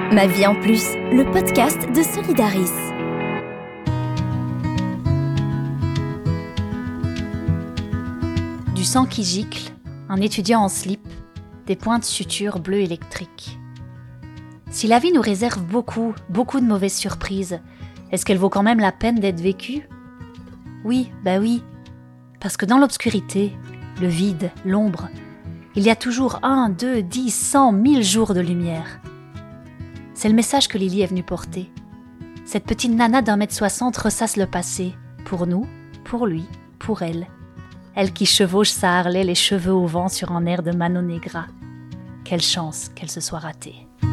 Ma vie en plus, le podcast de Solidaris. Du sang qui gicle, un étudiant en slip, des pointes sutures bleues électriques. Si la vie nous réserve beaucoup de mauvaises surprises, est-ce qu'elle vaut quand même la peine d'être vécue ? Oui, oui. Parce que dans l'obscurité, le vide, l'ombre, il y a toujours 1, 2, 10, 100, 1000 jours de lumière. C'est le message que Lily est venue porter. Cette petite nana d'1m60 ressasse le passé, pour nous, pour lui, pour elle. Elle qui chevauche sa Harley les cheveux au vent sur un air de Mano Negra. Quelle chance qu'elle se soit ratée.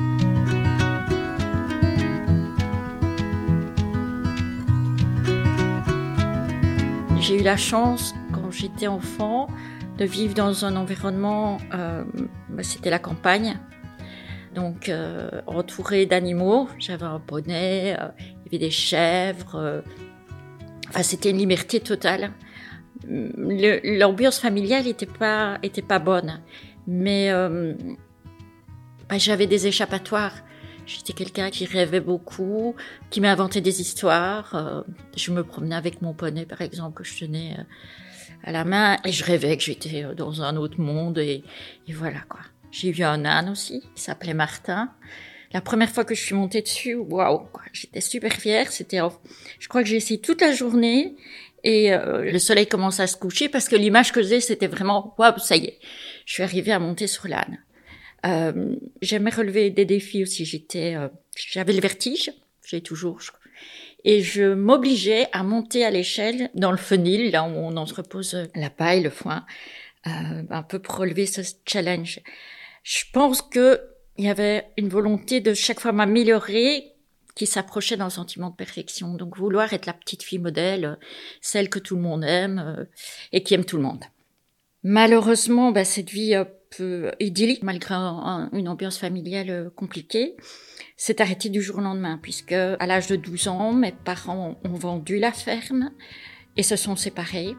J'ai eu la chance, quand j'étais enfant, de vivre dans un environnement, c'était la campagne. Donc, entourée d'animaux, j'avais un poney, il y avait des chèvres. C'était une liberté totale. L'ambiance familiale était pas bonne, mais j'avais des échappatoires. J'étais quelqu'un qui rêvait beaucoup, qui m'inventait des histoires. Je me promenais avec mon poney, par exemple, que je tenais à la main, et je rêvais que j'étais dans un autre monde, et voilà, quoi. J'ai vu un âne aussi, qui s'appelait Martin. La première fois que je suis montée dessus, waouh, quoi, j'étais super fière. Je crois que j'ai essayé toute la journée, et le soleil commençait à se coucher, parce que l'image que j'ai, c'était vraiment, waouh, ça y est, je suis arrivée à monter sur l'âne. J'aimais relever des défis aussi. J'avais le vertige, j'ai toujours, et je m'obligeais à monter à l'échelle dans le fenil, là où on entrepose la paille, le foin, un peu pour relever ce challenge. Je pense que il y avait une volonté de chaque fois m'améliorer qui s'approchait d'un sentiment de perfection. Donc vouloir être la petite fille modèle, celle que tout le monde aime et qui aime tout le monde. Malheureusement, cette vie un peu idyllique, malgré une ambiance familiale compliquée, s'est arrêtée du jour au lendemain, puisque à l'âge de 12 ans, mes parents ont vendu la ferme et se sont séparés.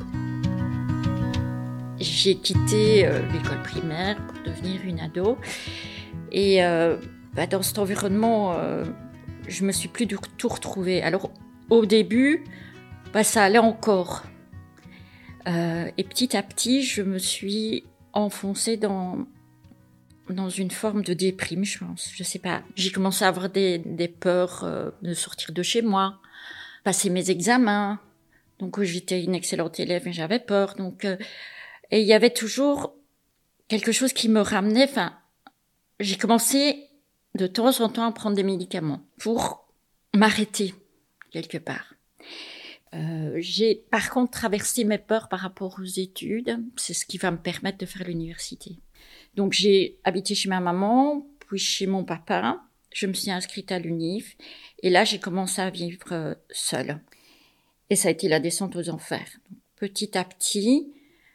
J'ai quitté l'école primaire pour devenir une ado. Et dans cet environnement, je me suis plus du tout retrouvée. Alors, au début, ça allait encore. Et petit à petit, je me suis enfoncée dans une forme de déprime, je pense. Je sais pas. J'ai commencé à avoir des peurs de sortir de chez moi, passer mes examens. Donc, j'étais une excellente élève, mais j'avais peur. Donc, et il y avait toujours quelque chose qui me ramenait. J'ai commencé de temps en temps à prendre des médicaments pour m'arrêter quelque part. J'ai par contre traversé mes peurs par rapport aux études. C'est ce qui va me permettre de faire l'université. Donc j'ai habité chez ma maman, puis chez mon papa. Je me suis inscrite à l'UNIF et là j'ai commencé à vivre seule. Et ça a été la descente aux enfers. Donc, petit à petit,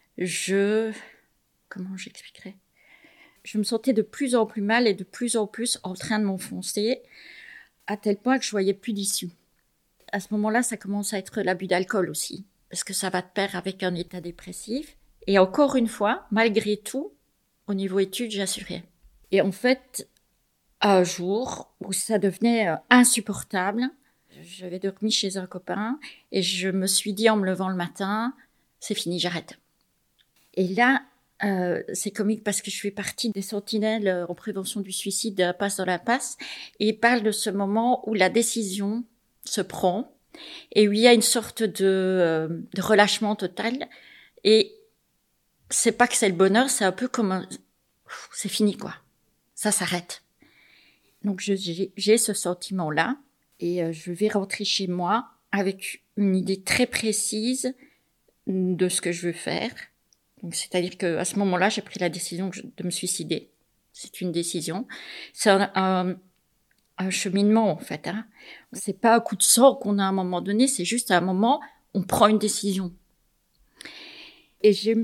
comment j'expliquerais ? Je me sentais de plus en plus mal et de plus en plus en train de m'enfoncer, à tel point que je voyais plus d'issue. À ce moment-là, ça commence à être l'abus d'alcool aussi, parce que ça va de pair avec un état dépressif. Et encore une fois, malgré tout, au niveau études, j'assurais. Et en fait, un jour où ça devenait insupportable, j'avais dormi chez un copain et je me suis dit en me levant le matin, c'est fini, j'arrête. Et là, c'est comique parce que je fais partie des sentinelles en prévention du suicide Passe dans la passe, et il parle de ce moment où la décision se prend et où il y a une sorte de relâchement total, et c'est pas que c'est le bonheur, c'est un peu comme c'est fini, quoi, ça s'arrête. Donc j'ai ce sentiment-là, et je vais rentrer chez moi avec une idée très précise de ce que je veux faire. Donc, c'est-à-dire qu'à ce moment-là, j'ai pris la décision de me suicider. C'est une décision. C'est un cheminement, en fait. C'est pas un coup de sort qu'on a à un moment donné, c'est juste à un moment, on prend une décision. Et j'ai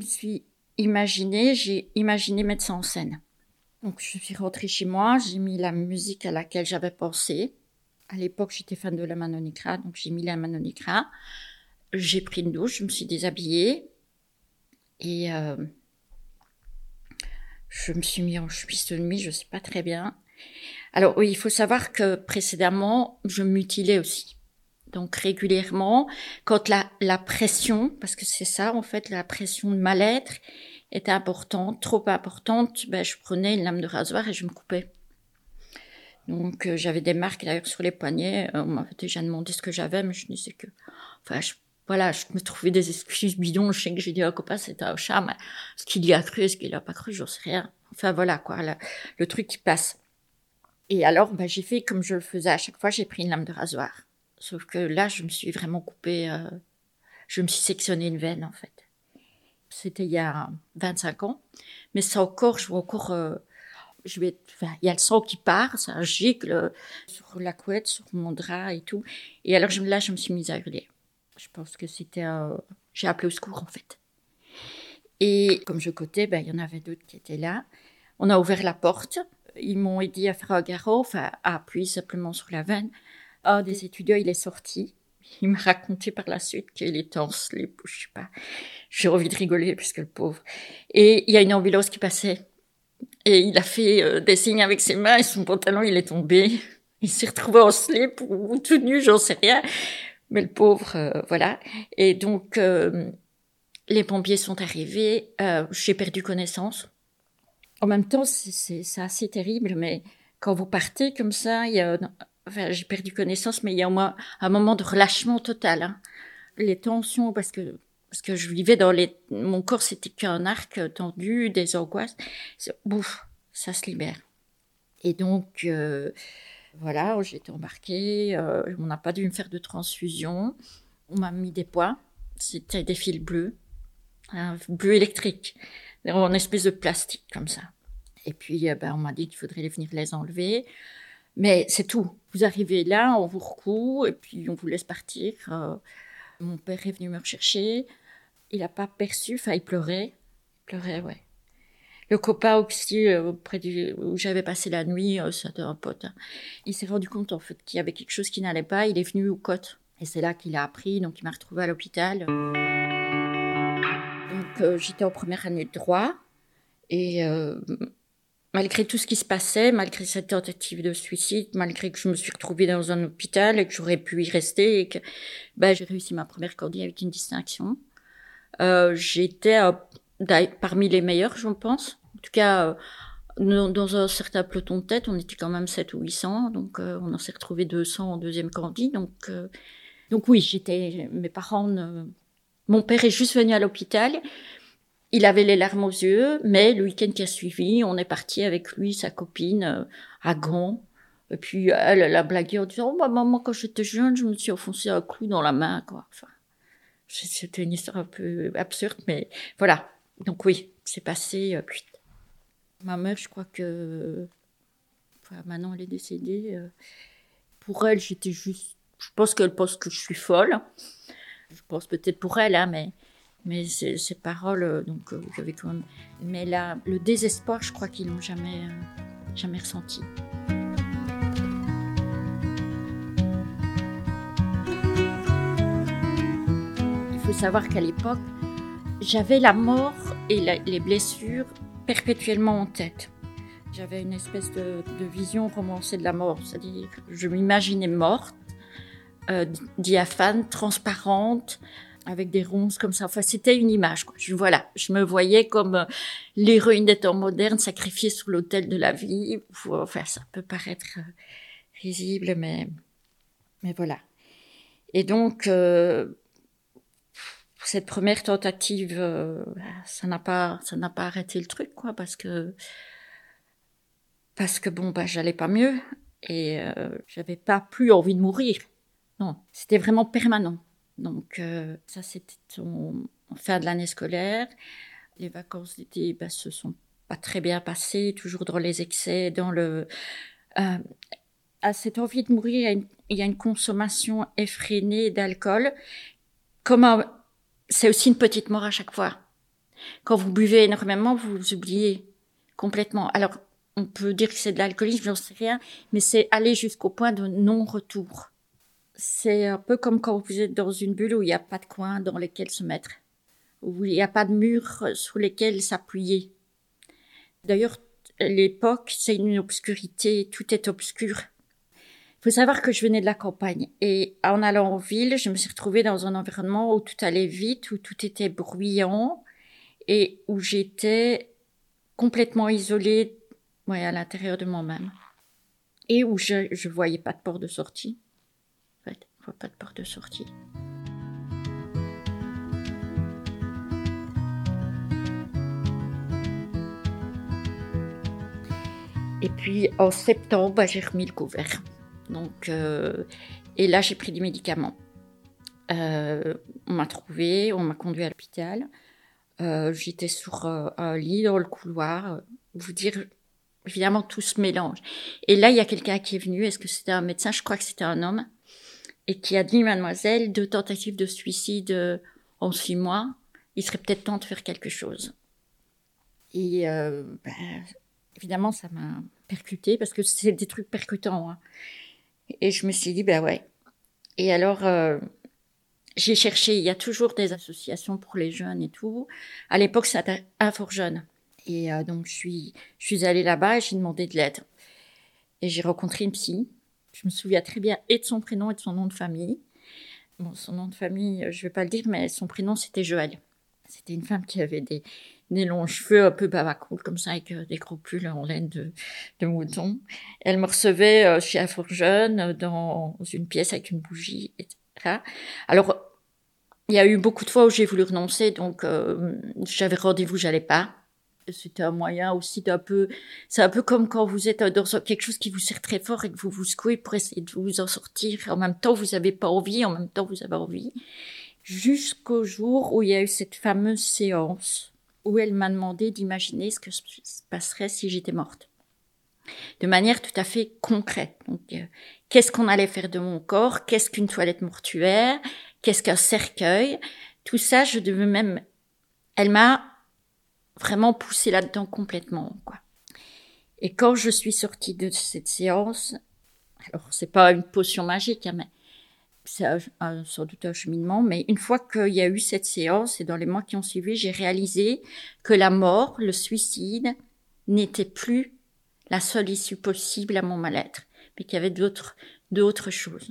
imaginé mettre ça en scène. Donc, je suis rentrée chez moi, j'ai mis la musique à laquelle j'avais pensé. À l'époque, j'étais fan de la Mano Negra, donc j'ai mis la Mano Negra. J'ai pris une douche, je me suis déshabillée. Et je me suis mis en chemise de nuit, je sais pas très bien. Alors oui, il faut savoir que précédemment, je mutilais aussi. Donc régulièrement, quand la pression, parce que c'est ça en fait, la pression de mal-être était importante, trop importante, je prenais une lame de rasoir et je me coupais. Donc j'avais des marques d'ailleurs sur les poignets. On m'avait déjà demandé ce que j'avais, mais je disais que, je me trouvais des excuses bidons. Je sais que j'ai dit à un copain c'était un chat, mais ce qu'il y a cru, ce qu'il a pas cru, j'en sais rien. Enfin voilà quoi, le truc qui passe. Et alors j'ai fait comme je le faisais à chaque fois, j'ai pris une lame de rasoir. Sauf que là, je me suis vraiment coupée, je me suis sectionné une veine, en fait. C'était il y a 25 ans. Mais ça encore, je vois encore, il y a le sang qui part, ça gicle sur la couette, sur mon drap et tout. Et alors là, je me suis mise à hurler. Je pense que j'ai appelé au secours, en fait. Et comme je cotais, il y en avait d'autres qui étaient là. On a ouvert la porte. Ils m'ont aidé à faire un garrot, à appuyer simplement sur la veine. Un des étudiants, il est sorti. Il m'a raconté par la suite qu'il était en slip ou je sais pas. J'ai envie de rigoler puisque le pauvre. Et il y a une ambulance qui passait. Et il a fait des signes avec ses mains et son pantalon, il est tombé. Il s'est retrouvé en slip ou tout nu, j'en sais rien. Mais le pauvre, voilà. Et donc, les pompiers sont arrivés. J'ai perdu connaissance. En même temps, c'est assez terrible, mais quand vous partez comme ça, j'ai perdu connaissance, mais il y a au moins un moment de relâchement total. Hein. Les tensions, parce que je vivais mon corps, c'était qu'un arc tendu, des angoisses. Ça se libère. Et donc, voilà, j'ai été embarquée. On n'a pas dû me faire de transfusion. On m'a mis des poids. C'était des fils bleus, bleu électrique, en espèce de plastique comme ça. Et puis, on m'a dit qu'il faudrait venir les enlever. Mais c'est tout. Vous arrivez là, on vous recoue et puis on vous laisse partir. Mon père est venu me rechercher. Il n'a pas perçu, il pleurait. Il pleurait, ouais. Le copain aussi, où j'avais passé la nuit, c'était un pote. Hein. Il s'est rendu compte en fait qu'il y avait quelque chose qui n'allait pas. Il est venu aux côtes. Et c'est là qu'il a appris, donc il m'a retrouvée à l'hôpital. Donc j'étais en première année de droit. Et malgré tout ce qui se passait, malgré cette tentative de suicide, malgré que je me suis retrouvée dans un hôpital et que j'aurais pu y rester et que j'ai réussi ma première candidate avec une distinction. J'étais parmi les meilleurs, je pense. En tout cas, dans un certain peloton de tête, on était quand même 7 ou 800, donc on en s'est retrouvé 200 en deuxième candidate. Donc oui, mes parents... Mon père est juste venu à l'hôpital. Il avait les larmes aux yeux, mais le week-end qui a suivi, on est parti avec lui, sa copine, à Gand. Et puis, elle a blagué en disant, maman, quand j'étais jeune, je me suis enfoncé un clou dans la main, quoi. Enfin, c'était une histoire un peu absurde, mais voilà. Donc oui, c'est passé. Ma mère, je crois que... maintenant, elle est décédée. Pour elle, j'étais juste... Je pense qu'elle pense que je suis folle. Je pense peut-être pour elle, hein, mais ces paroles, j'avais quand même... Mais là, le désespoir, je crois qu'ils l'ont jamais ressenti. Il faut savoir qu'à l'époque, j'avais la mort et les blessures perpétuellement en tête. J'avais une espèce de vision romancée de la mort, c'est-à-dire je m'imaginais morte, diaphane, transparente, avec des ronces comme ça. Enfin, c'était une image, quoi. Je me voyais comme l'héroïne des temps modernes sacrifiée sur l'autel de la vie. Enfin, ça peut paraître risible, mais voilà. Et donc, cette première tentative, ça n'a pas arrêté le truc, quoi, parce que j'allais pas mieux et j'avais pas plus envie de mourir. Non, c'était vraiment permanent. Donc, ça, c'était en fin de l'année scolaire. Les vacances d'été, se sont pas très bien passées, toujours dans les excès, à cette envie de mourir, il y a une consommation effrénée d'alcool. C'est aussi une petite mort à chaque fois. Quand vous buvez énormément, vous oubliez complètement. Alors, on peut dire que c'est de l'alcoolisme, j'en sais rien, mais c'est aller jusqu'au point de non-retour. C'est un peu comme quand vous êtes dans une bulle où il n'y a pas de coin dans lesquels se mettre, où il n'y a pas de mur sur lesquels s'appuyer. D'ailleurs, l'époque, c'est une obscurité, tout est obscur. Il faut savoir que je venais de la campagne et en allant en ville, je me suis retrouvée dans un environnement où tout allait vite, où tout était bruyant et où j'étais complètement isolée, ouais, à l'intérieur de moi-même. Et où je voyais pas de porte de sortie. En fait, je vois pas de porte de sortie. Et puis en septembre, j'ai remis le couvert. Donc, et là, j'ai pris des médicaments. On m'a trouvé, on m'a conduit à l'hôpital. J'étais sur un lit dans le couloir. Vous dire, évidemment, tout se mélange. Et là, il y a quelqu'un qui est venu. Est-ce que c'était un médecin? Je crois que c'était un homme. Et qui a dit, mademoiselle, 2 tentatives de suicide en 6 mois. Il serait peut-être temps de faire quelque chose. Et évidemment, ça m'a percutée parce que c'est des trucs percutants. Hein. Et je me suis dit, ouais. Et alors, j'ai cherché, il y a toujours des associations pour les jeunes et tout. À l'époque, c'était Info-Jeunes. Et donc, je suis allée là-bas et j'ai demandé de l'aide. Et j'ai rencontré une psy. Je me souviens très bien et de son prénom et de son nom de famille. Bon, son nom de famille, je vais pas le dire, mais son prénom, c'était Joël. C'était une femme qui avait des longs cheveux un peu bavacool, comme ça, avec des gros pulls en laine de mouton. Elle me recevait chez Info-Jeunes dans une pièce avec une bougie, etc. Alors, il y a eu beaucoup de fois où j'ai voulu renoncer, donc j'avais rendez-vous, j'allais pas. C'était un moyen aussi c'est un peu comme quand vous êtes dans quelque chose qui vous serre très fort et que vous vous secouez pour essayer de vous en sortir. En même temps, vous avez pas envie, en même temps, vous avez envie. Jusqu'au jour où il y a eu cette fameuse séance où elle m'a demandé d'imaginer ce que se passerait si j'étais morte. De manière tout à fait concrète. Donc, qu'est-ce qu'on allait faire de mon corps? Qu'est-ce qu'une toilette mortuaire? Qu'est-ce qu'un cercueil? Tout ça, je devais même... Elle m'a vraiment poussée là-dedans complètement, quoi. Et quand je suis sortie de cette séance, alors c'est pas une potion magique, hein, mais c'est sans doute un cheminement, mais une fois qu'il y a eu cette séance et dans les mois qui ont suivi, j'ai réalisé que la mort, le suicide, n'était plus la seule issue possible à mon mal-être, mais qu'il y avait d'autres choses.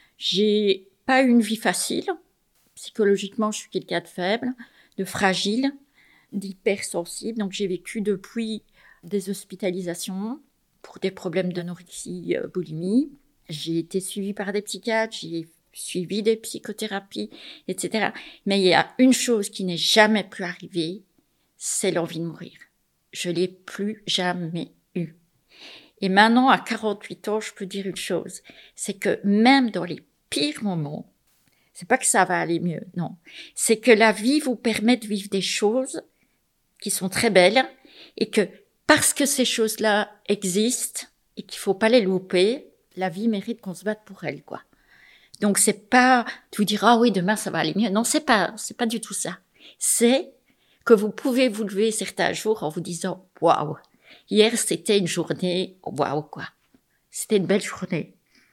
J'ai pas eu une vie facile. Psychologiquement, je suis quelqu'un de faible, de fragile, d'hypersensible. Donc, j'ai vécu depuis des hospitalisations pour des problèmes d'anorexie, boulimie. J'ai été suivie par des psychiatres, j'ai suivi des psychothérapies, etc. Mais il y a une chose qui n'est jamais plus arrivée, c'est l'envie de mourir. Je l'ai plus jamais eue. Et maintenant, à 48 ans, je peux dire une chose, c'est que même dans les pires moments, c'est pas que ça va aller mieux, non. C'est que la vie vous permet de vivre des choses qui sont très belles et que parce que ces choses-là existent et qu'il faut pas les louper, la vie mérite qu'on se batte pour elle, quoi. Donc c'est pas de vous dire ah oui demain ça va aller mieux. Non, c'est pas du tout ça. C'est que vous pouvez vous lever certains jours en vous disant waouh, hier c'était une journée waouh quoi. C'était une belle journée.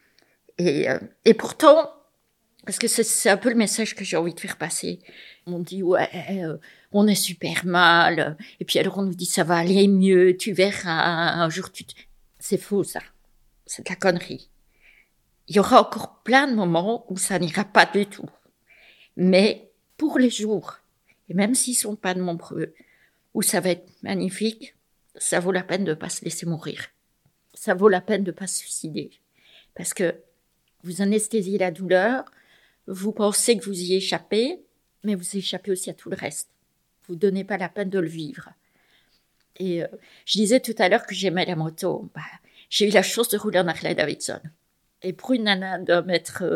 Et pourtant parce que c'est un peu le message que j'ai envie de faire passer. On dit ouais, on est super mal et puis alors on nous dit ça va aller mieux, tu verras un jour c'est faux ça. C'est de la connerie. Il y aura encore plein de moments où ça n'ira pas du tout. Mais pour les jours, et même s'ils sont pas nombreux, où ça va être magnifique, ça vaut la peine de pas se laisser mourir. Ça vaut la peine de pas se suicider. Parce que vous anesthésiez la douleur, vous pensez que vous y échappez, mais vous échappez aussi à tout le reste. Vous donnez pas la peine de le vivre. Et je disais tout à l'heure que j'aimais la moto. J'ai eu la chance de rouler en Harley Davidson. Et pour une nana d'un mètre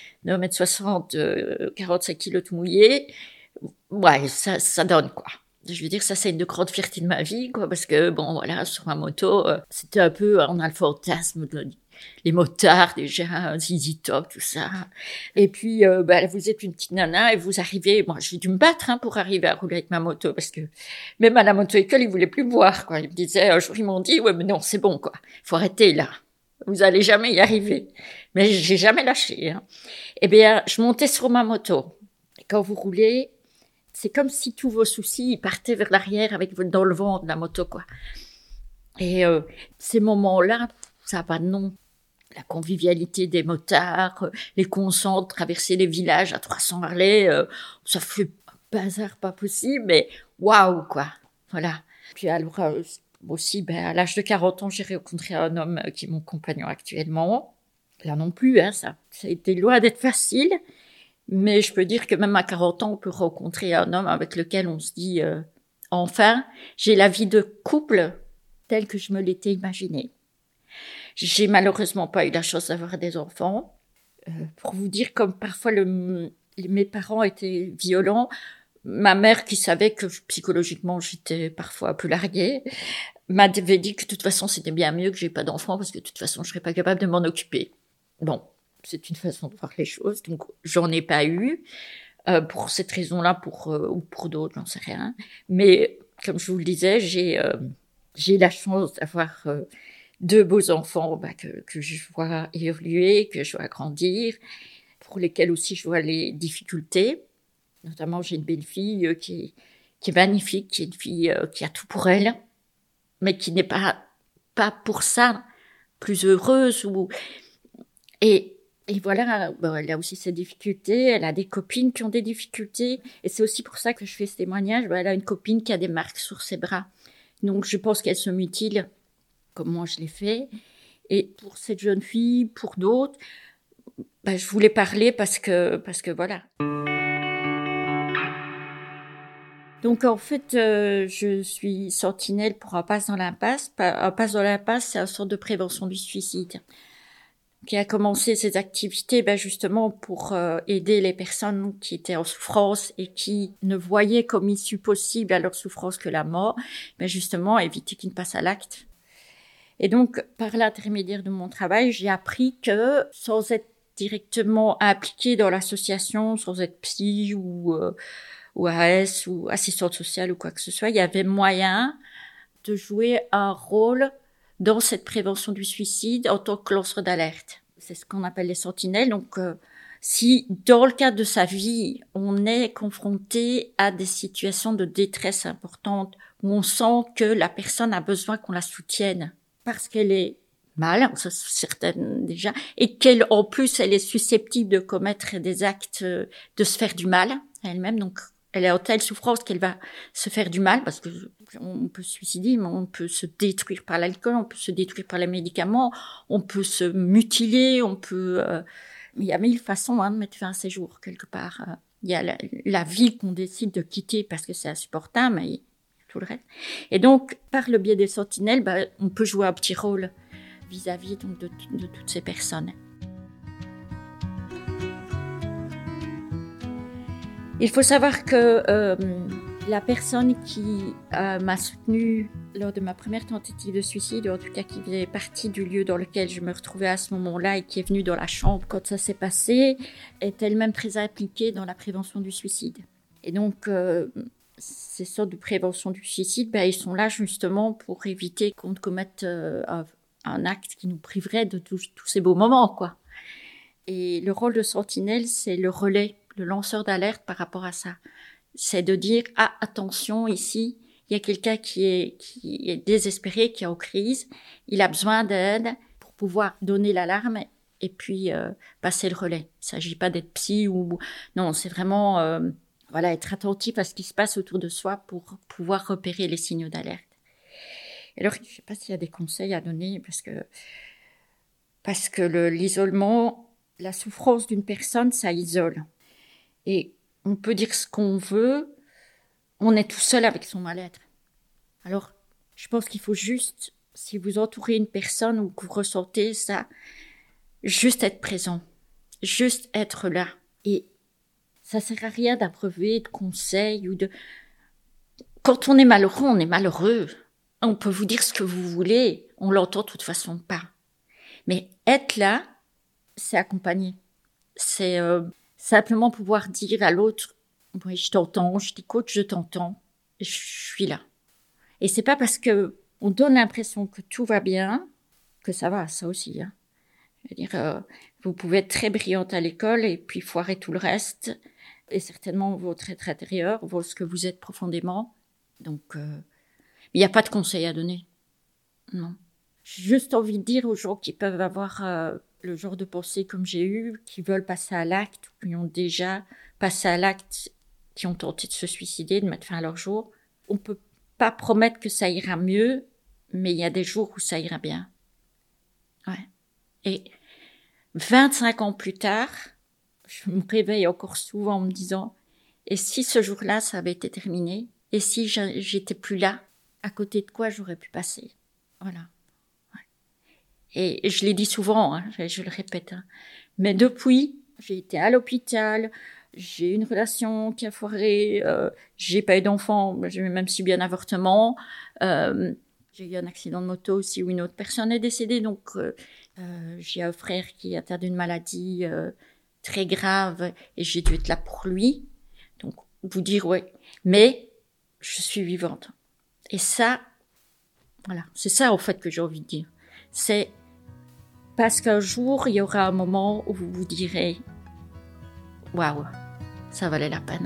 60, 45 kilos tout mouillé, ouais, ça donne, quoi. Je veux dire, ça, c'est une grande fierté de ma vie, quoi, parce que, bon, voilà, sur ma moto, c'était un peu, on a le fantasme, les motards, déjà, ZZ Top, tout ça. Et puis, vous êtes une petite nana et vous arrivez, moi, j'ai dû me battre, pour arriver à rouler avec ma moto, parce que même à la moto-école, ils voulaient plus me voir, quoi. Ils me disaient, un jour, ils m'ont dit, ouais, mais non, c'est bon, quoi. Faut arrêter, là. Vous allez jamais y arriver. Mais j'ai jamais lâché, Eh bien, je montais sur ma moto. Et quand vous roulez, c'est comme si tous vos soucis, ils partaient vers l'arrière dans le vent de la moto, quoi. Et ces moments-là, ça n'a pas de nom. La convivialité des motards, les concentres, traverser les villages à 300 Harley, ça fait un bazar pas possible, mais waouh, quoi. Voilà. Puis alors, aussi, à l'âge de 40 ans, j'ai rencontré un homme qui est mon compagnon actuellement. Là non plus, hein, ça a été loin d'être facile, mais je peux dire que même à 40 ans, on peut rencontrer un homme avec lequel on se dit, enfin, j'ai la vie de couple telle que je me l'étais imaginée. J'ai malheureusement pas eu la chance d'avoir des enfants. Pour vous dire, comme parfois mes parents étaient violents, ma mère, qui savait que psychologiquement j'étais parfois un peu larguée, m'avait dit que de toute façon c'était bien mieux que j'ai pas d'enfants parce que de toute façon je serais pas capable de m'en occuper. Bon, c'est une façon de voir les choses, donc j'en ai pas eu pour cette raison-là, ou pour d'autres, j'en sais rien. Mais comme je vous le disais, j'ai la chance d'avoir 2 beaux enfants que je vois évoluer, que je vois grandir, pour lesquels aussi je vois les difficultés. Notamment, j'ai une belle fille qui est magnifique, qui est une fille qui a tout pour elle, mais qui n'est pas pour ça plus heureuse. Et voilà, elle a aussi ses difficultés, elle a des copines qui ont des difficultés, et c'est aussi pour ça que je fais ce témoignage. Elle a une copine qui a des marques sur ses bras. Donc, je pense qu'elle se mutile comme moi je l'ai fait. Et pour cette jeune fille, pour d'autres, je voulais parler parce que voilà. Donc en fait, je suis sentinelle pour un passe dans l'impasse. Un passe dans l'impasse, c'est une sorte de prévention du suicide qui a commencé ses activités justement pour aider les personnes qui étaient en souffrance et qui ne voyaient comme issue possible à leur souffrance que la mort, justement éviter qu'ils ne passent à l'acte. Et donc, par l'intermédiaire de mon travail, j'ai appris que sans être directement impliquée dans l'association, sans être psy ou AS ou assistante sociale ou quoi que ce soit, il y avait moyen de jouer un rôle dans cette prévention du suicide en tant que lanceur d'alerte. C'est ce qu'on appelle les sentinelles. Donc, si dans le cadre de sa vie, on est confronté à des situations de détresse importantes, où on sent que la personne a besoin qu'on la soutienne, parce qu'elle est mal, ça c'est certain déjà, et qu'elle, en plus, elle est susceptible de commettre des actes, de se faire du mal à elle-même. Donc, elle est en telle souffrance qu'elle va se faire du mal, parce que on peut se suicider, mais on peut se détruire par l'alcool, on peut se détruire par les médicaments, on peut se mutiler, on peut... il y a 1000 façons de mettre fin à ses jours, quelque part. Il y a la vie qu'on décide de quitter parce que c'est insupportable, mais tout le reste. Et donc, par le biais des sentinelles, on peut jouer un petit rôle vis-à-vis donc, de toutes ces personnes. Il faut savoir que la personne qui m'a soutenue lors de ma première tentative de suicide, ou en tout cas qui faisait partie du lieu dans lequel je me retrouvais à ce moment-là et qui est venue dans la chambre quand ça s'est passé, est elle-même très impliquée dans la prévention du suicide. Et donc, ces sortes de prévention du suicide, ils sont là justement pour éviter qu'on ne commette un acte qui nous priverait de tous ces beaux moments, quoi. Et le rôle de sentinelle, c'est le relais, le lanceur d'alerte par rapport à ça. C'est de dire, attention, ici, il y a quelqu'un qui est désespéré, qui est en crise, il a besoin d'aide pour pouvoir donner l'alarme et puis passer le relais. Il ne s'agit pas d'être psy ou... Non, c'est vraiment être attentif à ce qui se passe autour de soi pour pouvoir repérer les signaux d'alerte. Alors, je ne sais pas s'il y a des conseils à donner parce que l'isolement, la souffrance d'une personne, ça isole. Et on peut dire ce qu'on veut, on est tout seul avec son mal-être. Alors, je pense qu'il faut juste, si vous entourez une personne ou que vous ressentez ça, juste être présent, juste être là. Et ça ne sert à rien d'abreuver de conseils ou de... Quand on est malheureux, on est malheureux. On peut vous dire ce que vous voulez, on l'entend de toute façon pas. Mais être là, c'est accompagner. C'est simplement pouvoir dire à l'autre, oui, je t'entends, je t'écoute, je t'entends, je suis là. Et c'est pas parce que on donne l'impression que tout va bien que ça va, ça aussi. Hein. Je veux dire, vous pouvez être très brillante à l'école et puis foirer tout le reste, et certainement votre être intérieur, ce que vous êtes profondément. Donc, il n'y a pas de conseil à donner. Non. J'ai juste envie de dire aux gens qui peuvent avoir le genre de pensée comme j'ai eu, qui veulent passer à l'acte, ou qui ont déjà passé à l'acte, qui ont tenté de se suicider, de mettre fin à leur jour. On peut pas promettre que ça ira mieux, mais il y a des jours où ça ira bien. Ouais. Et 25 ans plus tard, je me réveille encore souvent en me disant, et si ce jour-là, ça avait été terminé? Et si j'étais plus là? À côté de quoi j'aurais pu passer? Voilà. Et je l'ai dit souvent, hein, je le répète. Hein. Mais depuis, j'ai été à l'hôpital, j'ai eu une relation qui a foiré, j'ai pas eu d'enfant, j'ai même subi un avortement, j'ai eu un accident de moto aussi où une autre personne est décédée. Donc, j'ai un frère qui est atteint d'une maladie très grave et j'ai dû être là pour lui. Donc, vous dire, ouais, mais je suis vivante. Et ça, voilà, c'est ça en fait que j'ai envie de dire. C'est parce qu'un jour, il y aura un moment où vous vous direz « Waouh, ça valait la peine ».